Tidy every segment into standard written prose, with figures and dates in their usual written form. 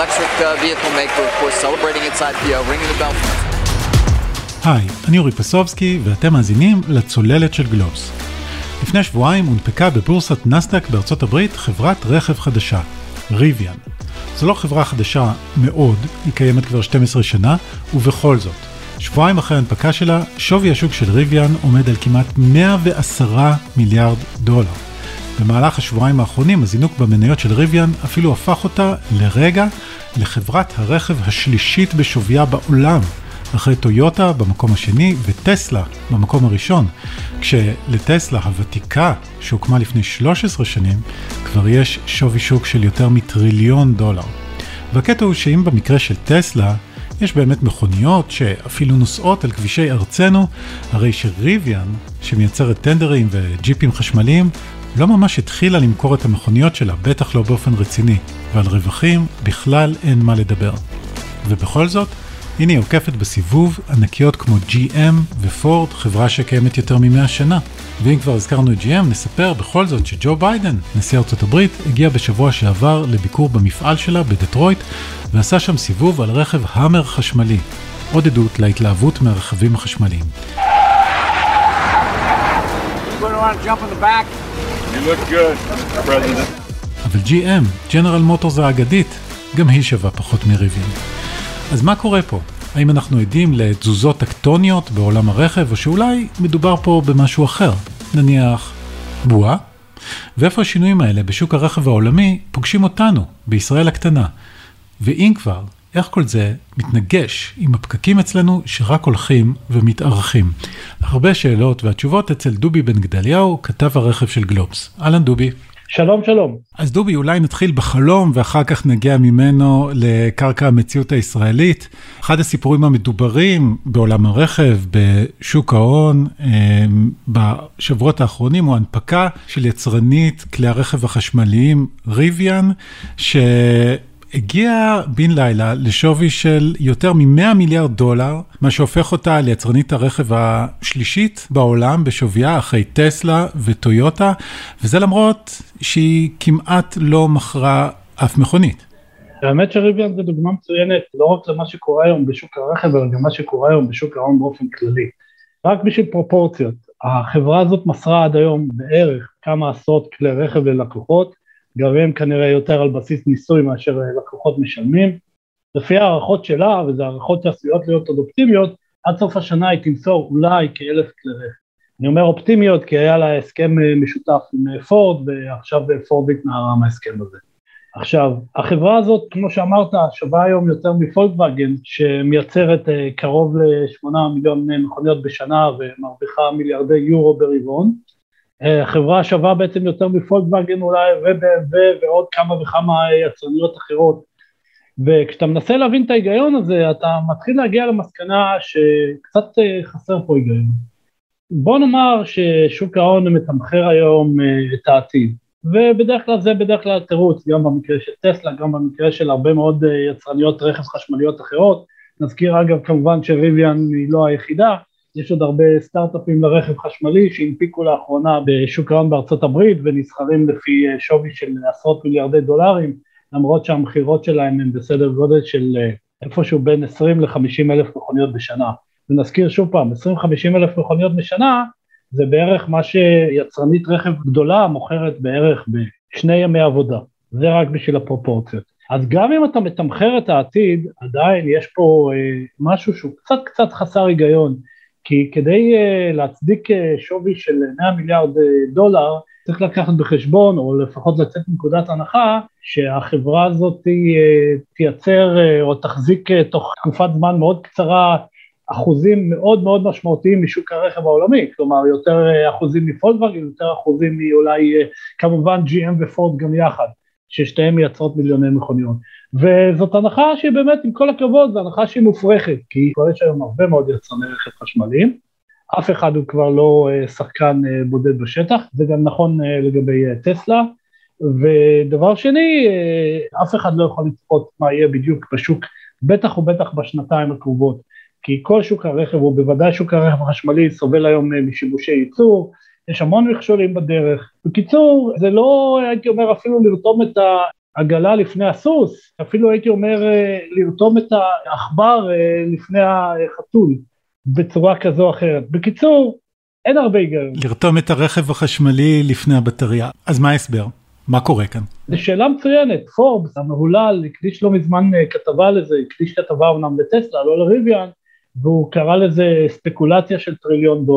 electric vehicle maker, of course, celebrating its IPO, ringing the bell for us. היי, אני אורי פסובסקי, ואתם מאזינים לצוללת של גלובס. לפני שבועיים הונפקה בבורסת נסדק בארצות הברית חברת רכב חדשה, ריוויאן. זו לא חברה חדשה מאוד, היא קיימת כבר 12 שנה, ובכל זאת, שבועיים אחרי ההנפקה שלה, שווי השוק של ריוויאן עומד על כמעט 110 מיליארד דולר. במהלך השבועיים האחרונים, הזינוק במניות של ריוויאן אפילו הפך אותה לרגע לחברת הרכב השלישית בשוויה בעולם, אחרי טויוטה במקום השני וטסלה במקום הראשון, כשלטסלה הוותיקה שהוקמה לפני 13 שנים, כבר יש שווי שוק של יותר מטריליון דולר. והקטע הוא שאם במקרה של טסלה, יש באמת מכוניות שאפילו נוסעות על כבישי ארצנו, הרי שריוויאן, שמייצרת טנדרים וג'יפים חשמליים, לא ממש התחילה למכור את המכוניות שלה, בטח לא באופן רציני, ועל רווחים בכלל אין מה לדבר. ובכל זאת, הנה היא עוקפת בסיבוב ענקיות כמו GM ופורד, חברה שקיימת יותר מ100 שנה. ואם כבר הזכרנו את GM, נספר בכל זאת שג'ו ביידן, נשיא ארצות הברית, הגיע בשבוע שעבר לביקור במפעל שלה בדטרויט, ועשה שם סיבוב על רכב המר חשמלי. עוד עדות להתלהבות מהרכבים החשמליים. אבל GM, ג'נרל מוטורס האגדית, גם היא שווה פחות מריוויאן. אז מה קורה פה? האם אנחנו עדים לתזוזות טקטוניות בעולם הרכב, או שאולי מדובר פה במשהו אחר? נניח בועה? ואיפה השינויים האלה בשוק הרכב העולמי פוגשים אותנו, בישראל הקטנה? ואם כבר, איך כל זה מתנגש עם הפקקים אצלנו שרק הולכים ומתארחים? הרבה שאלות והתשובות אצל דובי בן גדליהו, כתב הרכב של גלובס. אהלן דובי. שלום, שלום. אז דובי, אולי נתחיל בחלום ואחר כך נגיע ממנו לקרקע המציאות הישראלית. אחד הסיפורים המדוברים בעולם הרכב, בשוק ההון, בשבועות האחרונים, הוא הנפקה של יצרנית כלי הרכב החשמליים ריוויאן, הגיע בן לילה לשווי של יותר מ100 מיליארד דולר, מה שהופך אותה ליצרנית הרכב השלישית בעולם בשוויה אחרי טסלה וטויוטה, וזה למרות שהיא כמעט לא מכרה אף מכונית. האמת שריוויאן זה דוגמה מצוינת, לא רק למה שקורה היום בשוק הרכב, אלא גם מה שקורה היום בשוק ההון באופן כללי. רק בשביל פרופורציות, החברה הזאת מסרה עד היום בערך כמה עשרות כלי רכב ללקוחות, גרים כנראה יותר על בסיס ניסוי מאשר לקוחות משלמים. לפי הערכות שלה, וזה הערכות שעשויות להיות עוד אופטימיות, עד סוף השנה היא תמסור אולי כ1,000 כלי רכב. אני אומר אופטימיות כי היה לה הסכם משותף עם פורד, ועכשיו פורד התנערה מההסכם הזה. עכשיו, החברה הזאת, כמו שאמרת, שווה היום יותר מפולקסווגן, שמייצרת קרוב ל8 מיליון מכוניות בשנה, ומרוויחה מיליארדי יורו ברבעון. החברה שווה בעצם יותר מפולקסווגן אולי ו-BMW ועוד כמה וכמה יצרניות אחרות, וכשאתה מנסה להבין את ההיגיון הזה, אתה מתחיל להגיע למסקנה שקצת חסר פה היגיון. בוא נאמר ששוק ההון מתמחר היום את העתיד, ובדרך כלל זה בדרך כלל תירוץ, גם במקרה של טסלה, גם במקרה של הרבה מאוד יצרניות רכב חשמליות אחרות. נזכיר אגב כמובן שריוויאן היא לא היחידה, יש עוד הרבה סטארט-אפים לרכב חשמלי שהנפיקו לאחרונה בשוק ההון בארצות הברית ונסחרים לפי שווי של עשרות מיליארדי דולרים, למרות שהמחירות שלהם הם בסדר גודל של איפשהו בין 20 ל-50 אלף מכוניות בשנה. ונזכיר שוב פעם, 20-50 אלף מכוניות בשנה זה בערך מה שיצרנית רכב גדולה מוכרת בערך בשני ימי עבודה. זה רק בשביל הפרופורציות. אז גם אם אתה מתמחר את העתיד, עדיין יש פה משהו שהוא קצת חסר היגיון, כי כדי להצדיק שווי של 100 מיליארד דולר, צריך לקחת בחשבון, או לפחות לצאת מנקודת הנחה, שהחברה הזאת תייצר או תחזיק תוך תקופת זמן מאוד קצרה, אחוזים מאוד מאוד משמעותיים משוק הרכב העולמי, כלומר יותר אחוזים מפולקסווגן, יותר אחוזים מאולי כמובן GM ופורד גם יחד, ששתיהם מייצרות מיליוני מכוניות. וזאת הנחה שהיא באמת, עם כל הכבוד, זו הנחה שהיא מופרכת, כי כבר יש היום הרבה מאוד יצרני רכב חשמליים, אף אחד הוא כבר לא שחקן בודד בשטח, זה גם נכון לגבי טסלה, ודבר שני, אף אחד לא יכול לצפות מה יהיה בדיוק בשוק, בטח ובטח בשנתיים הקרובות, כי כל שוק הרכב, ובוודאי שוק הרכב החשמלי, סובל היום משיבושי ייצור, יש המון מכשולים בדרך. בקיצור, זה לא, הייתי אומר, אפילו לרתום את עגלה לפני הסוס, אפילו הייתי אומר לרתום את העכבר לפני החתול, בצורה כזו או אחרת. בקיצור, אין הרבה היגיון. לרתום את הרכב החשמלי לפני הבטריה. אז מה ההסבר? מה קורה כאן? זו שאלה מצוינת. פורבס, המהולל, הקדיש לא מזמן כתבה לזה, הקדיש כתבה אומנם לטסלה, לא לריביאן, והוא קרא לזה ספקולציה של $1 טריליון.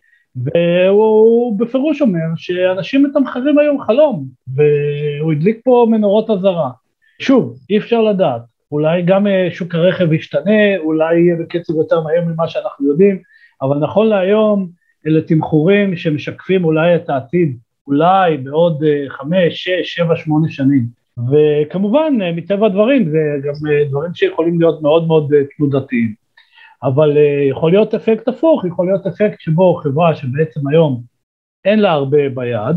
והוא בפירוש אומר שאנשים מתמחרים היום חלום, והוא הדליק פה מנורות אזהרה. שוב, אי אפשר לדעת, אולי גם שוק הרכב ישתנה, אולי יהיה בקצב יותר מהר ממה שאנחנו יודעים, אבל נכון להיום, אלה תמחורים שמשקפים אולי את העתיד, אולי בעוד 5, 6, 7, 8 שנים. וכמובן, מטבע הדברים, זה גם דברים שיכולים להיות מאוד מאוד תנודתיים. אבל יכול להיות אפקט הפוך, יכול להיות אפקט שבו חברה שבעצם היום אין לה הרבה ביד,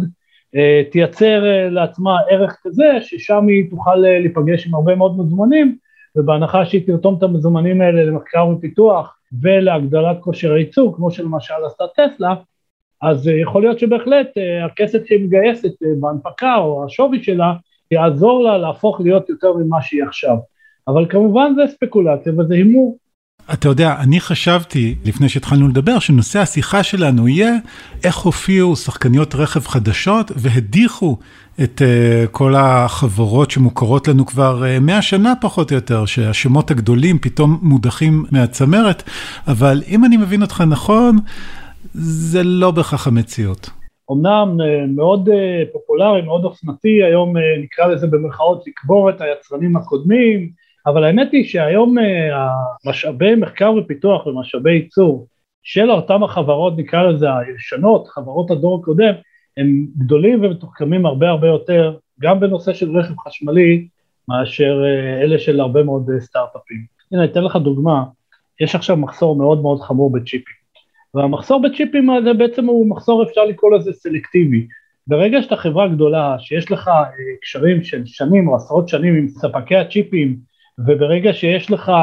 תייצר לעצמה ערך כזה, ששם היא תוכל להיפגש עם הרבה מאוד מזומנים, ובהנחה שהיא תרתום את המזומנים האלה למחקר ופיתוח, ולהגדלת כושר הייצור, כמו שלמשל עשתה טסלה, אז יכול להיות שבהחלט הכסף שהיא מגייסת בהנפקה או השווי שלה, יעזור לה להפוך להיות יותר ממה שהיא עכשיו. אבל כמובן זה ספקולציה וזה הימור. אתה יודע, אני חשבתי, לפני שהתחלנו לדבר, שנושא השיחה שלנו יהיה איך הופיעו שחקניות רכב חדשות והדיחו את כל החברות שמוכרות לנו כבר 100 שנה פחות או יותר, שהשמות הגדולים פתאום מודחים מהצמרת, אבל אם אני מבין אותך נכון, זה לא בכך המציאות. אמנם מאוד פופולרי, מאוד אופנתי, היום נקרא לזה במרכאות לקבור את היצרנים הקודמים, אבל האמת היא שהיום המשאבי מחקר ופיתוח ומשאבי ייצור של אותם החברות, נקרא לזה הישנות, חברות הדור הקודם, הם גדולים ומתוחכמים הרבה הרבה יותר, גם בנושא של רכב חשמלי, מאשר אלה של הרבה מאוד סטארט-אפים. הנה, אתן לך דוגמה, יש עכשיו מחסור מאוד מאוד חמור בצ'יפים, והמחסור בצ'יפים הזה בעצם הוא מחסור, אפשר לקרוא לזה סלקטיבי. ברגע שאתה חברה גדולה, שיש לך קשרים של שנים או עשרות שנים עם ספקי הצ'יפים, וברגע שיש לך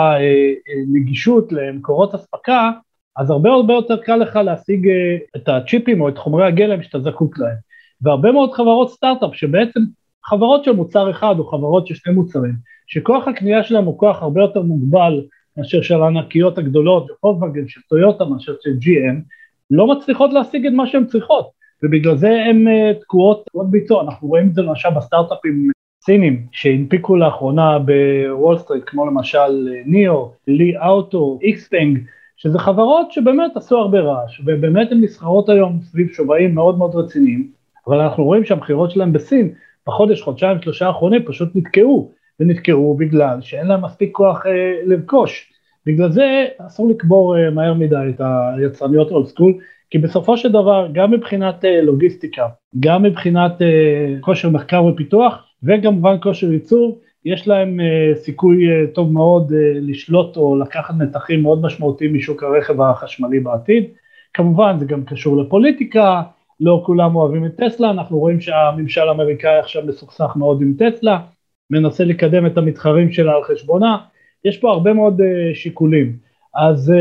נגישות למקורות הספקה, אז הרבה יותר קל לך להשיג את הצ'יפים או את חומרי הגלם שאתה זקוק להם. והרבה מאוד חברות סטארט-אפ, שבעצם חברות של מוצר אחד או חברות של 2 מוצרים, שכוח הקנייה שלהם הוא כוח הרבה יותר מוגבל, מאשר של הענקיות הגדולות, של פולקסווגן, של טויוטה, מאשר של GM, לא מצליחות להשיג את מה שהן צריכות, ובגלל זה הן תקועות ביצוע. אנחנו רואים את זה למשל בסטארט-אפים סינים שהנפיקו לאחרונה בוול סטריט, כמו למשל ניאו, לי אוטו, איקספנג, שזה חברות שבאמת עשו הרבה רעש, ובאמת הן נסחרות היום סביב שווים מאוד מאוד רציניים, אבל אנחנו רואים שהמחירות שלהם בסין, בחודש, חודשיים, 3 האחרונים, פשוט נתקעו בגלל שאין להם מספיק כוח לרכוש. בגלל זה אסור לקבור מהר מדי את היצרניות אולד סקול, כי בסופו של דבר, גם מבחינת לוגיסטיקה, גם מבחינת כושר מחקר ופיתוח, וגם כמובן כושר ייצור, יש להם סיכוי טוב מאוד לשלוט או לקחת נתחים מאוד משמעותיים משוק הרכב החשמלי בעתיד. כמובן זה גם קשור לפוליטיקה, לא כולם אוהבים את טסלה, אנחנו רואים שהממשל האמריקאי עכשיו מסוכסך מאוד עם טסלה, מנסה לקדם את המתחרים שלה על חשבונה, יש פה הרבה מאוד שיקולים, אז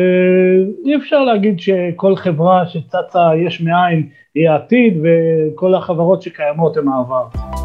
אי אפשר להגיד שכל חברה שצצה יש מאין היא העתיד, וכל החברות שקיימות הן העבר.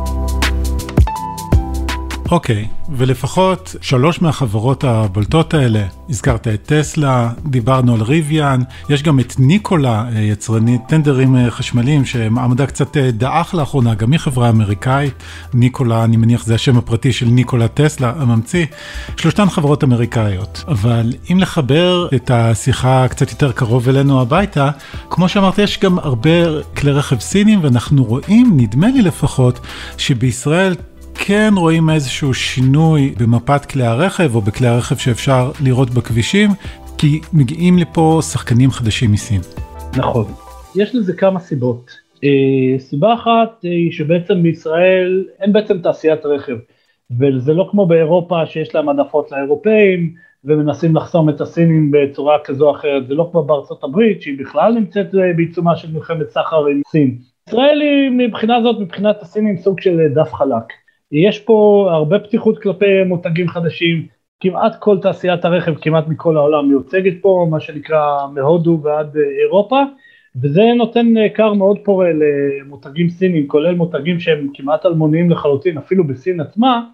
אוקיי, ולפחות 3 מהחברות הבולטות האלה, הזכרת את טסלה, דיברנו על ריביאן, יש גם את ניקולה, יצרנית טנדרים חשמליים, שמעמדה קצת דאח לאחרונה, גם היא חברה אמריקאית, ניקולה, אני מניח זה השם הפרטי של ניקולה טסלה, הממציא, 3 חברות אמריקאיות. אבל אם לחבר את השיחה קצת יותר קרוב אלינו הביתה, כמו שאמרת, יש גם הרבה כלי רכב סינים, ואנחנו רואים, נדמה לי לפחות, שבישראל כן רואים איזשהו שינוי במפת כלי הרכב או בכלי הרכב שאפשר לראות בכבישים, כי מגיעים לפה שחקנים חדשים מסין. נכון, יש לזה כמה סיבות. סיבה אחת היא שבעצם בישראל אין בעצם תעשיית רכב, וזה לא כמו באירופה שיש להם עדפות לאירופאים, ומנסים לחסום את הסינים בצורה כזו או אחרת, זה לא כמו בארצות הברית שהיא בכלל נמצאת בעיצומה של מלחמת סחר עם סין. ישראל היא מבחינה זאת, מבחינת הסינים סוג של דף חלק. יש פה הרבה פתיחות כלפי מותגים חדשים, כמעט כל תעשיית הרכב, כמעט מכל העולם מיוצגת פה, מה שנקרא מהודו ועד אירופה, וזה נותן קר מאוד פורה למותגים סינים, כולל מותגים שהם כמעט אלמוניים לחלוטין, אפילו בסין עצמה,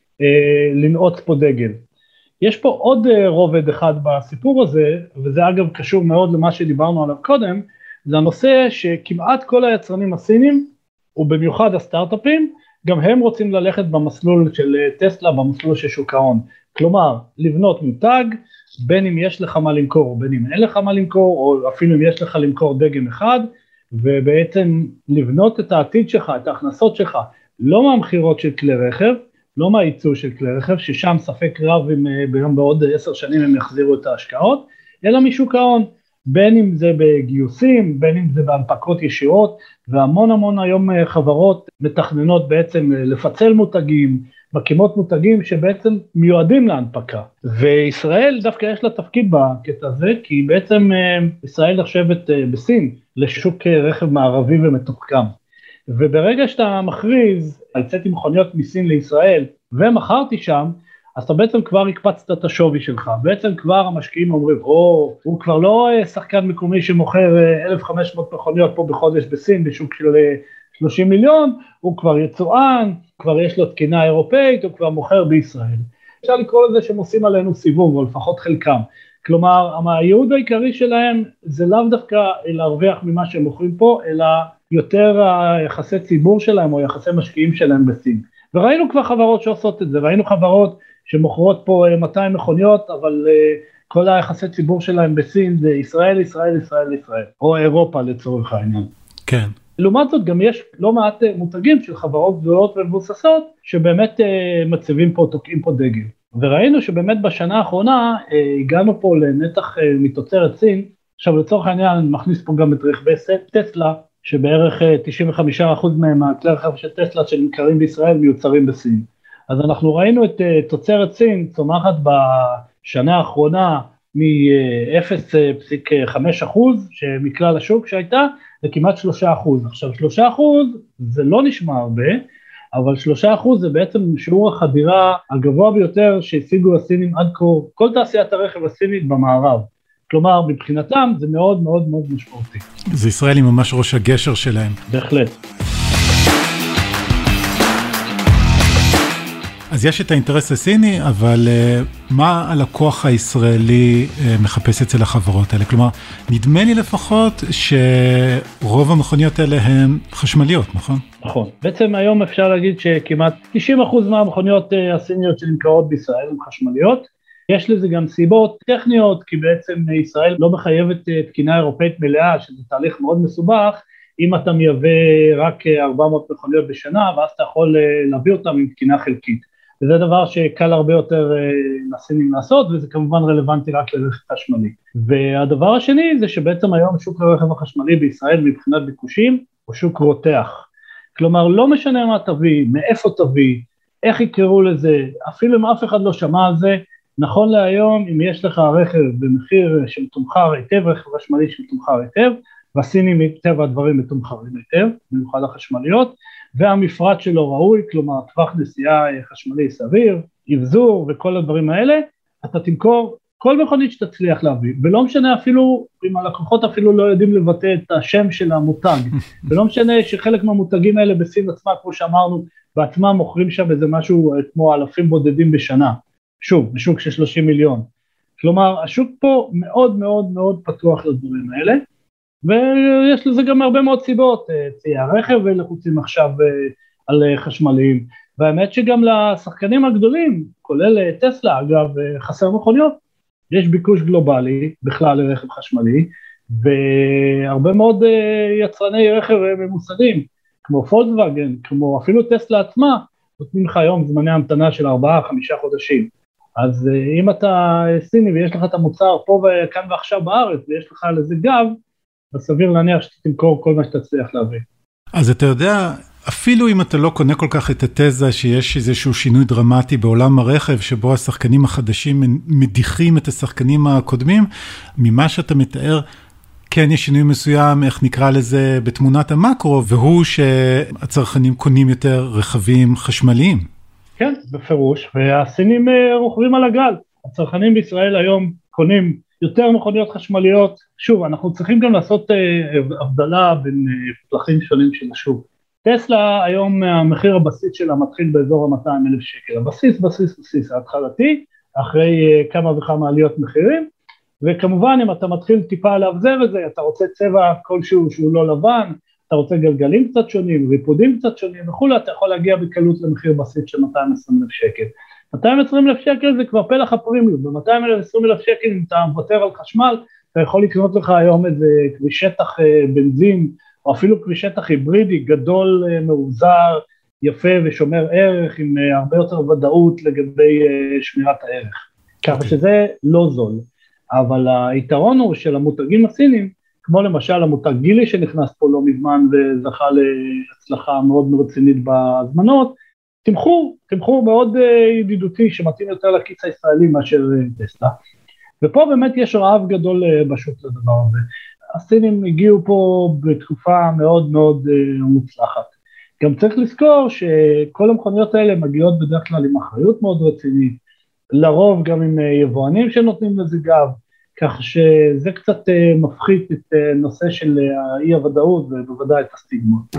לנעוץ פה דגל. יש פה עוד רובד אחד בסיפור הזה, וזה אגב קשור מאוד למה שדיברנו עליו קודם, זה הנושא שכמעט כל היצרנים הסינים, ובמיוחד הסטארט-אפים, גם הם רוצים ללכת במסלול של טסלה, במסלול של שוק ההון. כלומר, לבנות מותג, בין אם יש לך מה למכור, או בין אם אין לך מה למכור, או אפילו אם יש לך למכור דגם אחד, ובעצם לבנות את העתיד שלך, את ההכנסות שלך, לא מהמחירות של כלי רכב, לא מהייצוא של כלי רכב, ששם ספק רב אם ביום בעוד 10 שנים הם יחזירו את ההשקעות, אלא משוק ההון, בין אם זה בגיוסים, בין אם זה בהנפקות ישירות, והמון המון היום חברות מתכננות בעצם לפצל מותגים, מקימות מותגים שבעצם מיועדים להנפקה. וישראל דווקא יש לה תפקיד בקטע הזה, כי בעצם ישראל נחשבת בסין לשוק רכב מערבי ומתוחכם. וברגע שאתה מכריז, יצאתי מכוניות מסין לישראל ומכרתי שם, אז אתה בעצם כבר הקפצת את השווי שלך, בעצם כבר המשקיעים אומרים, הוא כבר לא שחקן מקומי שמוכר 1,500 מכוניות פה בחודש בסין, בשוק של 30 מיליון, הוא כבר יצואן, כבר יש לו תקינה אירופאית, הוא כבר מוכר בישראל. אפשר לקרוא לזה שהם עושים עלינו סיבוב, או לפחות חלקם. כלומר, הייעוד העיקרי שלהם זה לאו דווקא להרוויח ממה שהם מוכרים פה, אלא יותר היחסי ציבור שלהם או יחסי משקיעים שלהם בסין. וראינו כבר חברות שעושות את זה, ראינו חברות שמוכרות פה 200 מכוניות, אבל כל היחסי ציבור שלהם בסין זה ישראל, ישראל, ישראל, ישראל, או אירופה לצורך העניין. כן. לעומת זאת גם יש לא מעט מותגים של חברות גדולות ומבוססות, שבאמת מציבים פה, תוקעים פה דגל. וראינו שבאמת בשנה האחרונה הגענו פה לנתח מתוצרת סין, עכשיו לצורך העניין אני מכניס פה גם את רכבי טסלה, שבערך 95% מהם מהכלי רכב של טסלה שנמכרים בישראל מיוצרים בסין. אז אנחנו ראינו את תוצרת סין צומחת בשנה האחרונה מ-0.5% שמכלל השוק שהייתה, לכמעט 3%. עכשיו 3% זה לא נשמע הרבה, אבל 3% זה בעצם שיעור החדירה הגבוה ביותר שהשיגו הסינים עד כה, כל תעשיית הרכב הסינית במערב. כלומר, מבחינתם זה מאוד מאוד מאוד משמעותי. זה ישראל היא ממש ראש הגשר שלהם. בהחלט. אז יש את האינטרס הסיני, אבל מה הלקוח הישראלי מחפש אצל החברות האלה? כלומר, נדמה לי לפחות שרוב המכוניות האלה הן חשמליות, נכון? נכון. בעצם היום אפשר להגיד שכמעט 90% מהמכוניות הסיניות שנמכרות בישראל הן חשמליות. יש לזה גם סיבות טכניות, כי בעצם ישראל לא מחייבת תקינה אירופאית מלאה, שזה תהליך מאוד מסובך, אם אתה מייבא רק 400 מכוניות בשנה, ואז אתה יכול להביא אותם עם תקינה חלקית. וזה דבר שקל הרבה יותר לסינים לעשות, וזה כמובן רלוונטי רק לרכב חשמלי. והדבר השני זה שבעצם היום שוק הרכב החשמלי בישראל מבחינת ביקושים, הוא שוק רותח. כלומר, לא משנה מה תביא, מאיפה תביא, איך יקראו לזה, אפילו אם אף אחד לא שמע על זה, נכון להיום, אם יש לך רכב במחיר שמתומחר היטב, רכב חשמלי שמתומחר היטב, והסינים מטבע הדברים מתומחרים היטב, במיוחד החשמליות, והמפרט שלו ראוי, כלומר, טווח נסיעה חשמלי סביר, אבזור וכל הדברים האלה, אתה תמכור כל מכונית שתצליח להביא, ולא משנה אפילו, אם הלקוחות אפילו לא יודעים לבטא את השם של המותג, ולא משנה שחלק מהמותגים האלה בסין עצמה, כמו שאמרנו, בעצמם מוכרים שם איזה משהו כמו אלפים בודדים בשנה, שוב, בשוק של 30 מיליון. כלומר, השוק פה מאוד מאוד מאוד פתוח לדברים האלה, ויש לזה גם הרבה מאוד סיבות, ציי הרכב ולחוצים עכשיו על חשמליים, והאמת שגם לשחקנים הגדולים, כולל טסלה, אגב, חסר מכוניות, יש ביקוש גלובלי בכלל לרכב חשמלי, והרבה מאוד יצרני רכב ממוסדים, כמו פולקסווגן, כמו אפילו טסלה עצמה, נותנים לך היום זמני המתנה של 4-5 חודשים. אז אם אתה סיני ויש לך את המוצר פה וכאן ועכשיו בארץ, ויש לך לזה גב, אז סביר להניח שתמכור כל מה שתצליח להביא. אז אתה יודע, אפילו אם אתה לא קונה כל כך את התזה שיש איזשהו שינוי דרמטי בעולם הרכב, שבו השחקנים החדשים מדיחים את השחקנים הקודמים, ממה שאתה מתאר, כן יש שינוי מסוים, איך נקרא לזה בתמונת המקרו, והוא שהצרכנים קונים יותר רכבים חשמליים. כן, בפירוש, והסינים רוכבים על הגל. הצרכנים בישראל היום קונים יותר מכוניות חשמליות. שוב, אנחנו צריכים גם לעשות הבדלה בין פלחים שונים של השוק. טסלה היום המחיר הבסיס שלה מתחיל באזור ה-200,000 שקל, הבסיס ההתחלתי, אחרי כמה וכמה עליות מחירים, וכמובן אם אתה מתחיל טיפה להבזר את זה, אתה רוצה צבע כלשהו שהוא לא לבן, אתה רוצה גלגלים קצת שונים, ריפודים קצת שונים וכולי, אתה יכול להגיע בקלות למחיר בסיס של 220,000 שקל. 220,000 שקל זה כבר פלח הפרימיום, ב-220,000 שקל אם אתה מוותר על חשמל, אתה יכול לקנות לך היום איזה כביש שטח בנזין, או אפילו כביש שטח היברידי, גדול, מאוזר, יפה ושומר ערך, עם הרבה יותר ודאות לגבי שמירת הערך. ככה שזה לא זול. אבל היתרון הוא של המותגים הסינים, כמו למשל המותג גילי שנכנס פה לא מזמן וזכה להצלחה מאוד רצינית בהזמנות, תמחור מאוד ידידותי שמתאים יותר לכיס הישראלי מאשר טסלה. ופה באמת יש רעב גדול בשוק לדבר הזה. הסינים הגיעו פה בתקופה מאוד מוצלחת. גם צריך לזכור שכל המכוניות האלה מגיעות בדרך כלל עם אחריות מאוד רצינית, לרוב גם עם יבואנים שנותנים לזה גב, כך שזה קצת מפחית את נושא של אי הוודאות ובוודאי את הסטיגמות.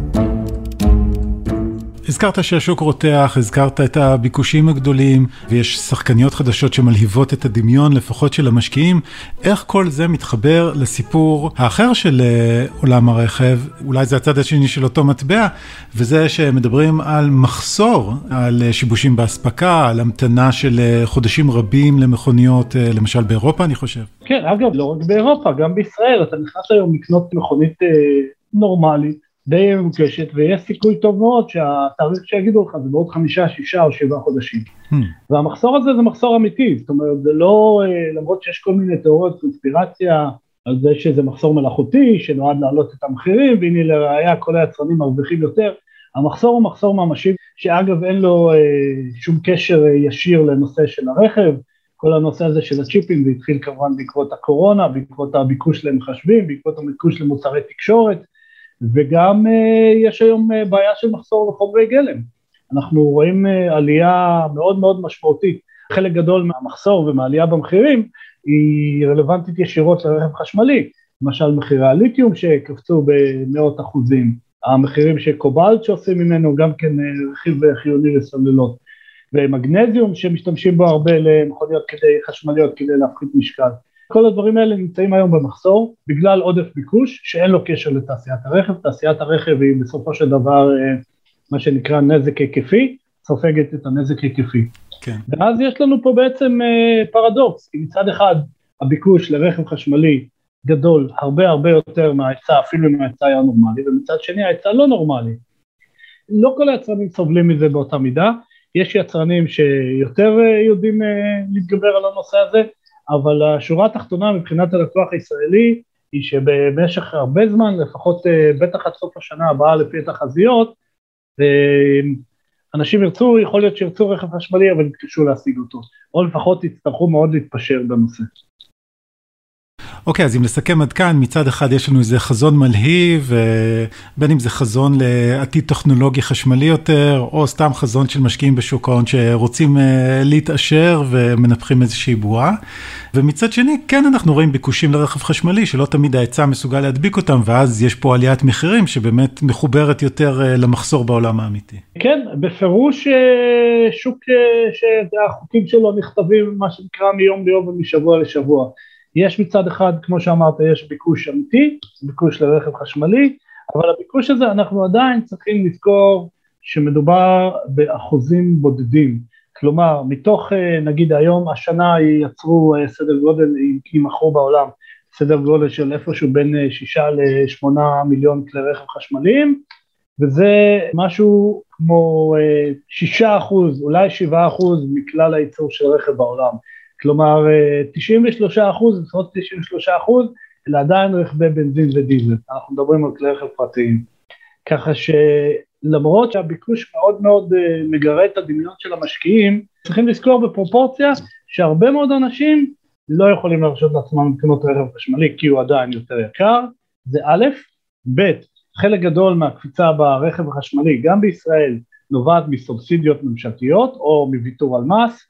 הזכרת שהשוק רותח, הזכרת את הביקושים הגדולים, ויש שחקניות חדשות שמלהיבות את הדמיון, לפחות של המשקיעים. איך כל זה מתחבר לסיפור האחר של עולם הרכב? אולי זה הצד השני של אותו מטבע, וזה שמדברים על מחסור, על שיבושים בהספקה, על המתנה של חודשים רבים למכוניות, למשל באירופה, אני חושב. כן, אגב, לא רק באירופה, גם בישראל. אתה נכנס היום לקנות מכונית נורמלית, די מבוקשת, ויש סיכוי טוב מאוד שהתאריך שיגידו לך זה בעוד 5, 6 או 7 חודשים. והמחסור הזה זה מחסור אמיתי, זאת אומרת, זה לא, למרות שיש כל מיני תיאוריות קונספירציה, על זה שזה מחסור מלאכותי, שנועד להעלות את המחירים, והנה לראיה כל היצרנים מרוויחים יותר, המחסור הוא מחסור ממשי, שאגב אין לו שום קשר ישיר לנושא של הרכב, כל הנושא הזה של הצ'יפים, זה התחיל כמובן בעקבות הקורונה, בעקבות הביקוש למחשבים, בעקבות הביקוש למוצרי תקשורת, וגם יש היום בעיה של מחסור בחומרי גלם. אנחנו רואים עלייה מאוד משמעותית. חלק גדול מהמחסור ומהעלייה במחירים היא רלוונטית ישירות לרכב חשמלי, למשל מחירי הליתיום שקפצו במאות אחוזים, המחירים של קובלט שעושים ממנו גם כן רכיב חיוני לסוללות, ומגנזיום שמשתמשים בו הרבה למכוניות חשמליות כדי להפחית משקל. כל הדברים האלה נמצאים היום במחסור, בגלל עודף ביקוש, שאין לו קשר לתעשיית הרכב. תעשיית הרכב היא בסופו של דבר, מה שנקרא נזק היקפי, סופגת את הנזק היקפי. כן. ואז יש לנו פה בעצם פרדוקס, כי מצד אחד הביקוש לרכב חשמלי גדול הרבה יותר מההיצע, אפילו אם ההיצע היה נורמלי, ומצד שני ההיצע לא נורמלי. לא כל היצרנים סובלים מזה באותה מידה, יש יצרנים שיותר יודעים להתגבר על הנושא הזה, אבל השורה התחתונה מבחינת הלקוח הישראלי, היא שבמשך הרבה זמן, לפחות בטח עד סוף השנה הבאה לפי התחזיות, אנשים יכול להיות שירצו רכב חשמלי, אבל יתקשו להשיג אותו, או לפחות יצטרכו מאוד להתפשר בנושא. אוקיי, אז אם לסכם עד כאן, מצד אחד יש לנו איזה חזון מלהיב, בין אם זה חזון לעתיד טכנולוגי חשמלי יותר, או סתם חזון של משקיעים בשוק ההון שרוצים להתעשר ומנפחים איזושהי בועה. ומצד שני, כן אנחנו רואים ביקושים לרכב חשמלי, שלא תמיד ההיצע מסוגל להדביק אותם, ואז יש פה עליית מחירים שבאמת מחוברת יותר למחסור בעולם האמיתי. כן, בפירוש שוק שהחוקים שלו נכתבים, מה שנקרא מיום ליום ומשבוע לשבוע. יש מצד אחד, כמו שאמרת, יש ביקוש אמיתי, ביקוש לרכב חשמלי, אבל הביקוש הזה אנחנו עדיין צריכים לזכור שמדובר באחוזים בודדים. כלומר, מתוך, נגיד היום, השנה יצרו סדר גודל, ימכרו בעולם, סדר גודל של איפשהו בין 6 ל-8 מיליון כלי רכב חשמליים, וזה משהו כמו 6%, אולי 7% מכלל הייצור של רכב בעולם. כלומר, 93%, לפחות 93%, אלא עדיין רכבי בנזין ודיזל. אנחנו מדברים על כלי רכב פרטיים. ככה שלמרות שהביקוש מאוד מגרה את הדמיון של המשקיעים, צריכים לזכור בפרופורציה שהרבה מאוד אנשים לא יכולים להרשות לעצמם לקנות רכב חשמלי, כי הוא עדיין יותר יקר, זה א', ב', חלק גדול מהקפיצה ברכב החשמלי, גם בישראל, נובעת מסובסידיות ממשלתיות, או מוויתור על מס,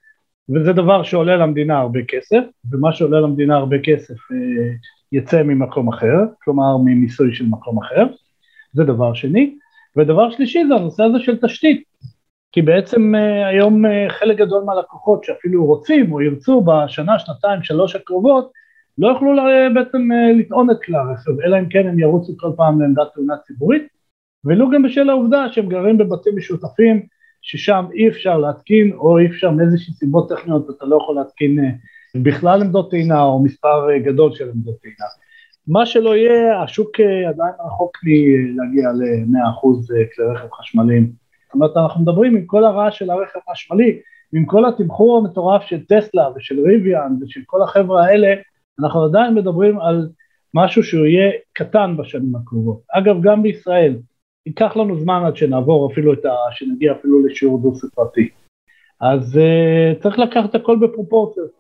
וזה דבר שעולה למדינה הרבה כסף, ומה שעולה למדינה הרבה כסף יצא ממקום אחר, כלומר ממיסוי של מקום אחר, זה דבר שני, ודבר שלישי זה הנושא הזה של תשתית, כי בעצם היום חלק גדול מהלקוחות שאפילו רוצים או ירצו בשנה, שנתיים, 3 הקרובות, לא יוכלו בעצם לטעון את כלי הרכב, אלא אם כן הם ירוצו כל פעם לעמדת טעונה ציבורית, ולו גם בשל העובדה שהם גרים בבתים משותפים, ששם אי אפשר להתקין, או אי אפשר מאיזושהי סיבות טכניות, אתה לא יכול להתקין בכלל עמדות טעינה, או מספר גדול של עמדות טעינה. מה שלא יהיה, השוק עדיין רחוק מלהגיע ל-100% כלי רכב חשמליים. זאת אומרת, אנחנו מדברים עם כל הרעש של הרכב החשמלי, עם כל התמחור המטורף של טסלה ושל ריוויאן ושל כל החבר'ה האלה, אנחנו עדיין מדברים על משהו שהוא יהיה קטן בשנים הקרובות. אגב, גם בישראל, ייקח לנו זמן עד שנעבור אפילו שנגיע אפילו לשיעור דו ספרתי. אז צריך לקחת הכל בפרופורציות.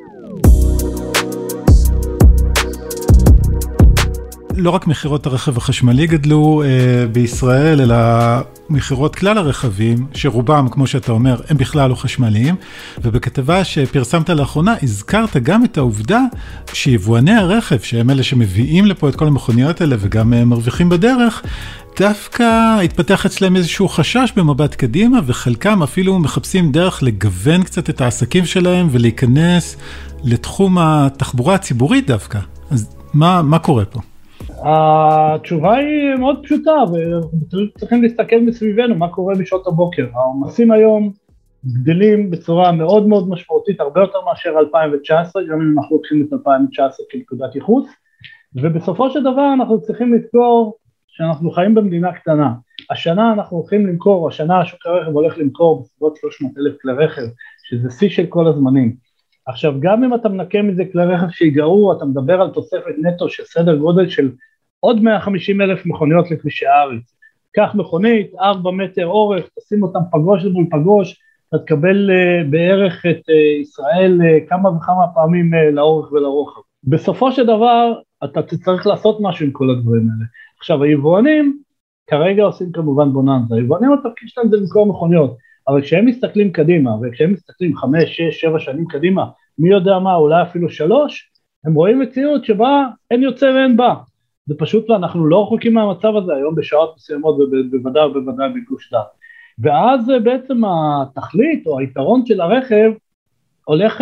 לא רק מחירות הרכב החשמלי גדלו בישראל, אלא מחירות כלל הרכבים, שרובם, כמו שאתה אומר, הם בכלל לא חשמליים, ובכתבה שפרסמת לאחרונה, הזכרת גם את העובדה שיבואני הרכב, שהם אלה שמביאים לפה את כל המכוניות האלה, וגם מרוויחים בדרך, דווקא התפתח אצלם איזשהו חשש במבט קדימה, וחלקם אפילו מחפשים דרך לגוון קצת את העסקים שלהם, ולהיכנס לתחום התחבורה הציבורית דווקא. אז מה קורה פה? התשובה היא מאוד פשוטה, וצריכים להסתכל מסביבנו, מה קורה בשעות הבוקר. העומסים היום גדלים בצורה מאוד מאוד משמעותית, הרבה יותר מאשר 2019, גם אם אנחנו לוקחים את 2019 כנקודת ייחוס, ובסופו של דבר אנחנו צריכים לזכור שאנחנו חיים במדינה קטנה. השנה אנחנו הולכים למכור, השנה שוק הרכב הולך למכור בסביבות 300,000 כלי רכב, שזה שיא של כל הזמנים. עכשיו, גם אם אתה מנקה מזה כלי רכב שיגערו, אתה מדבר על תוספת נטו של סדר גודל של עוד 150,000 מכוניות לכבישי הארץ. קח מכונית, 4 מטר אורך, תשים אותם פגוש מול פגוש, אתה תקבל בערך את ישראל כמה וכמה פעמים לאורך ולרוחב. בסופו של דבר, אתה צריך לעשות משהו עם כל הדברים האלה. עכשיו, היבואנים כרגע עושים כמובן בוננזה. היבואנים התפקיד שלהם זה למכור מכוניות, אבל כשהם מסתכלים קדימה, וכשהם מסתכלים 5, 6, 7 שנים קדימה, מי יודע מה, אולי אפילו 3, הם רואים מציאות שבה אין יוצא ואין בא. זה פשוט, אנחנו לא רחוקים מהמצב הזה היום בשעות מסוימות, ובוודאי בגוש דן. ואז בעצם התכלית או היתרון של הרכב הולך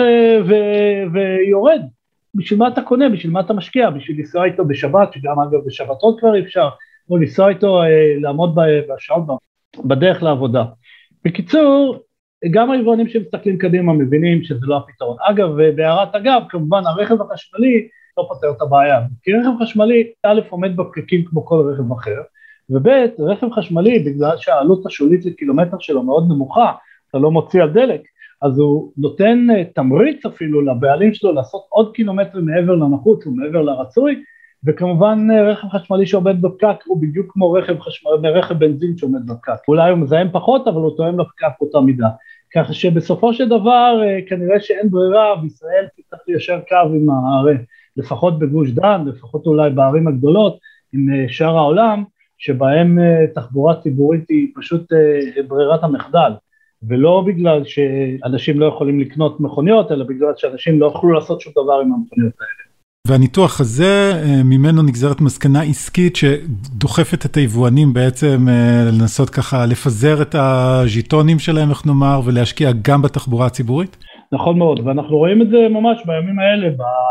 ויורד. בשביל מה אתה קונה, בשביל מה אתה משקיע, בשביל לנסוע איתו בשבת, שגם אגב בשבתות כבר אפשר, או לנסוע איתו לעמוד בשעות בדרך לעבודה. בקיצור, גם היבואנים שמסתכלים קדימה מבינים שזה לא הפתרון. אגב, בהערת אגב, כמובן הרכב החשמלי לא פותר את הבעיה, כי רכב חשמלי א' עומד בפקקים כמו כל רכב אחר, וב' רכב חשמלי בגלל שהעלות השולית לקילומטר שלו מאוד נמוכה, אתה לא מוציא על דלק, אז הוא נותן תמריץ אפילו לבעלים שלו לעשות עוד קילומטרים מעבר לנחוץ ומעבר לרצוי, וכמובן רכב חשמלי שעומד בפקק הוא בדיוק כמו רכב בנזין שעומד בפקק, אולי הוא מזהם פחות אבל הוא תואם לפקק אותה מידה, ככה שבסופו של דבר כנראה שאין ברירה, בישראל צריך ליישר קו עם הערי, לפחות בגוש דן, לפחות אולי בערים הגדולות עם שאר העולם, שבהם תחבורה ציבורית היא פשוט ברירת המחדל, ולא בגלל שאנשים לא יכולים לקנות מכוניות, אלא בגלל שאנשים לא יכולו לעשות שום דבר עם המכוניות האלה. והניתוח הזה, ממנו נגזרת מסקנה עסקית שדוחפת את היבואנים בעצם לנסות ככה לפזר את הז'יטונים שלהם, איך נאמר, ולהשקיע גם בתחבורה הציבורית? נכון מאוד, ואנחנו רואים את זה ממש בימים האלה,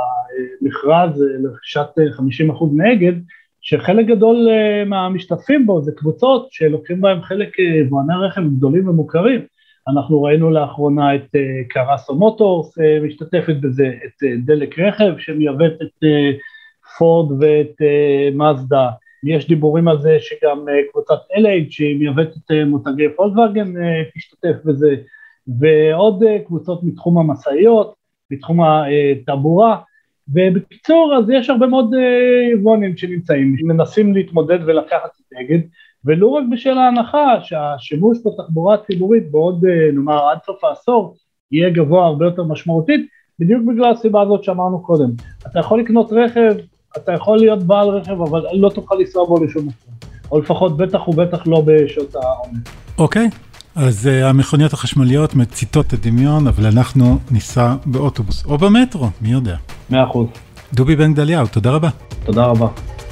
במכרז לרכישת 50% מאגד, שחלק גדול מהמשתתפים בו זה קבוצות שלוקחים בהם חלק יבואני רכב גדולים ומוכרים. אנחנו ראינו לאחרונה את קרסו מוטורס משתתפת בזה, את דלק רכב שמייבאת את פורד ואת מזדה. יש דיבורים על זה שגם קבוצת LH שמייבאת את מותגי פולקסווגן תשתתף בזה, ועוד קבוצות מתחום המשאיות, מתחום התעבורה, ובקיצור אז יש הרבה מאוד יבואנים שנמצאים, מנסים להתמודד ולקחת את אגד, ולא רק בשל ההנחה שהשימוש בתחבורה הציבורית בעוד נאמר עד סוף העשור יהיה גבוה הרבה יותר משמעותית, בדיוק בגלל הסיבה הזאת שאמרנו קודם. אתה יכול לקנות רכב, אתה יכול להיות בעל רכב, אבל לא תוכל לנסוע בו לשום מקום, או לפחות בטח ובטח לא בשעות העומס. אוקיי. אז המכוניות החשמליות מציתות את הדמיון, אבל אנחנו ניסע באוטובוס או במטרו, מי יודע. 100%. דובי בן גדליהו, תודה רבה. תודה רבה.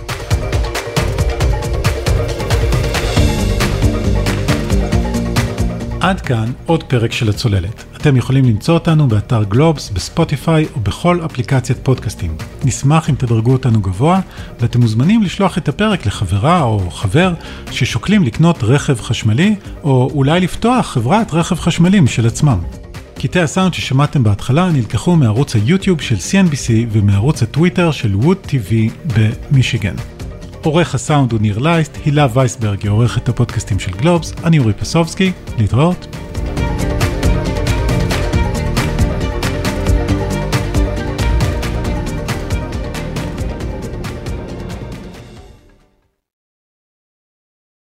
עד כאן עוד פרק של הצוללת. אתם יכולים למצוא אותנו באתר גלובס, בספוטיפיי או בכל אפליקציית פודקאסטים. נשמח אם תדרגו אותנו גבוה, ואתם מוזמנים לשלוח את הפרק לחברה או חבר ששוקלים לקנות רכב חשמלי, או אולי לפתוח חברת רכב חשמלי משל עצמם. קטעי הסאונד ששמעתם בהתחלה נלקחו מערוץ היוטיוב של CNBC ומערוץ הטוויטר של ווד TV במישיגן. עורך הסאונד הוא ניר לייסט, הילה וייסברג היא עורכת הפודקאסטים של גלובס, אני אורי פסובסקי, להתראות.